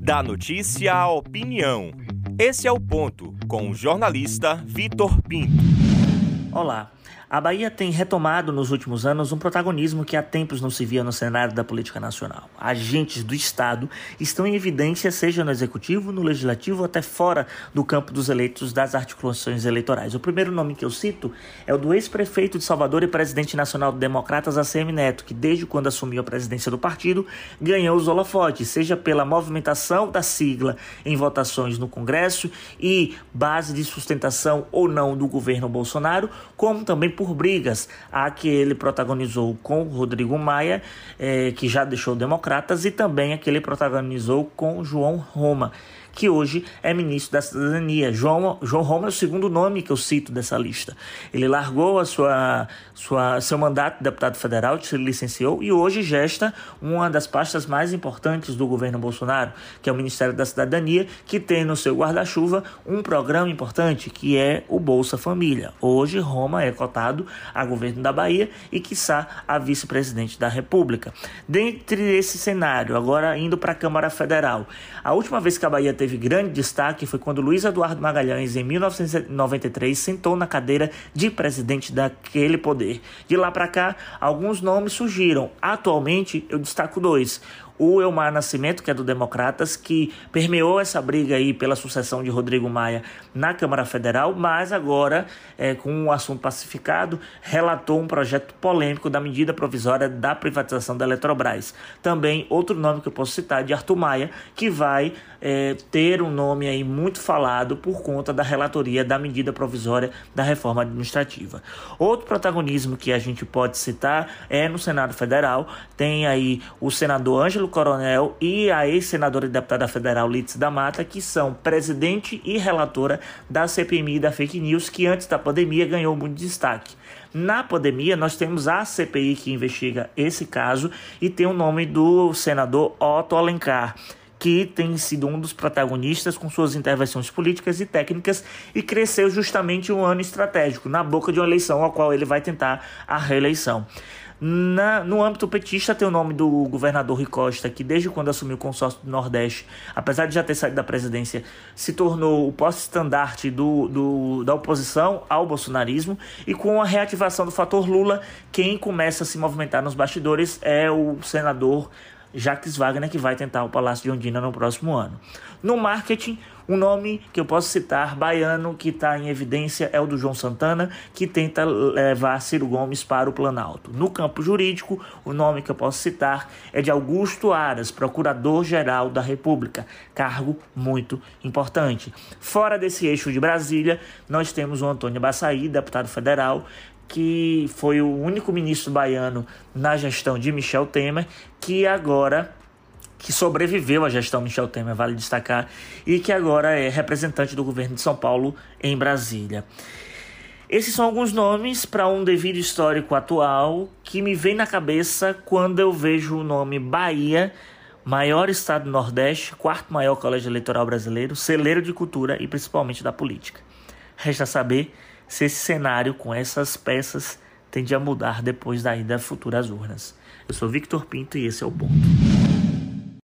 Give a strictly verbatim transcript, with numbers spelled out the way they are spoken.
Da notícia à opinião. Esse é o ponto, com o jornalista Vitor Pinto. Olá. A Bahia tem retomado nos últimos anos um protagonismo que há tempos não se via no cenário da política nacional. Agentes do Estado estão em evidência, seja no Executivo, no Legislativo ou até fora do campo dos eleitos das articulações eleitorais. O primeiro nome que eu cito é o do ex-prefeito de Salvador e presidente nacional do Democratas, A C M Neto, que desde quando assumiu a presidência do partido ganhou os holofotes, seja pela movimentação da sigla em votações no Congresso e base de sustentação ou não do governo Bolsonaro, como também por brigas a que ele protagonizou com Rodrigo Maia, eh, que já deixou Democratas, e também a que ele protagonizou com João Roma, que hoje é ministro da Cidadania. João, João Roma é o segundo nome que eu cito dessa lista. Ele largou a sua, sua, seu mandato de deputado federal, se licenciou e hoje gesta uma das pastas mais importantes do governo Bolsonaro, que é o Ministério da Cidadania, que tem no seu guarda-chuva um programa importante, que é o Bolsa Família. Hoje, Roma é cotado a governo da Bahia e, quiçá, a vice-presidente da República. Dentre esse cenário, agora indo para a Câmara Federal, a última vez que a Bahia teve teve grande destaque foi quando Luiz Eduardo Magalhães, em mil novecentos e noventa e três, sentou na cadeira de presidente daquele poder. De lá para cá, alguns nomes surgiram. Atualmente, eu destaco dois. O Elmar Nascimento, que é do Democratas, que permeou essa briga aí pela sucessão de Rodrigo Maia na Câmara Federal, mas agora, é, com o assunto pacificado, relatou um projeto polêmico da medida provisória da privatização da Eletrobras. Também, outro nome que eu posso citar é de Arthur Maia, que vai é, ter um nome aí muito falado por conta da relatoria da medida provisória da reforma administrativa. Outro protagonismo que a gente pode citar é no Senado Federal. Tem aí o senador Ângelo Coronel e a ex-senadora e deputada federal Lídice da Mata, que são presidente e relatora da C P M I da Fake News, que antes da pandemia ganhou muito destaque. Na pandemia, nós temos a C P I que investiga esse caso e tem o nome do senador Otto Alencar, que tem sido um dos protagonistas com suas intervenções políticas e técnicas e cresceu justamente um ano estratégico, na boca de uma eleição ao qual ele vai tentar a reeleição. Na, no âmbito petista tem o nome do governador Rui Costa, que desde quando assumiu o consórcio do Nordeste, apesar de já ter saído da presidência, se tornou o poste-estandarte do, do, da oposição ao bolsonarismo, e com a reativação do fator Lula, quem começa a se movimentar nos bastidores é o senador Jacques Wagner, que vai tentar o Palácio de Ondina no próximo ano. No marketing, um nome que eu posso citar, baiano, que está em evidência é o do João Santana, que tenta levar Ciro Gomes para o Planalto. No campo jurídico, o nome que eu posso citar é de Augusto Aras, Procurador-Geral da República, cargo muito importante. Fora desse eixo de Brasília, nós temos o Antônio Baçaí, deputado federal, que foi o único ministro baiano na gestão de Michel Temer, que agora, que sobreviveu à gestão Michel Temer, vale destacar, e que agora é representante do governo de São Paulo em Brasília. Esses são alguns nomes para um devido histórico atual que me vem na cabeça quando eu vejo o nome Bahia, maior estado do Nordeste, quarto maior colégio eleitoral brasileiro, celeiro de cultura e principalmente da política. Resta saber se esse cenário com essas peças tende a mudar depois da ida futura às urnas. Eu sou Victor Pinto e esse é o Ponto.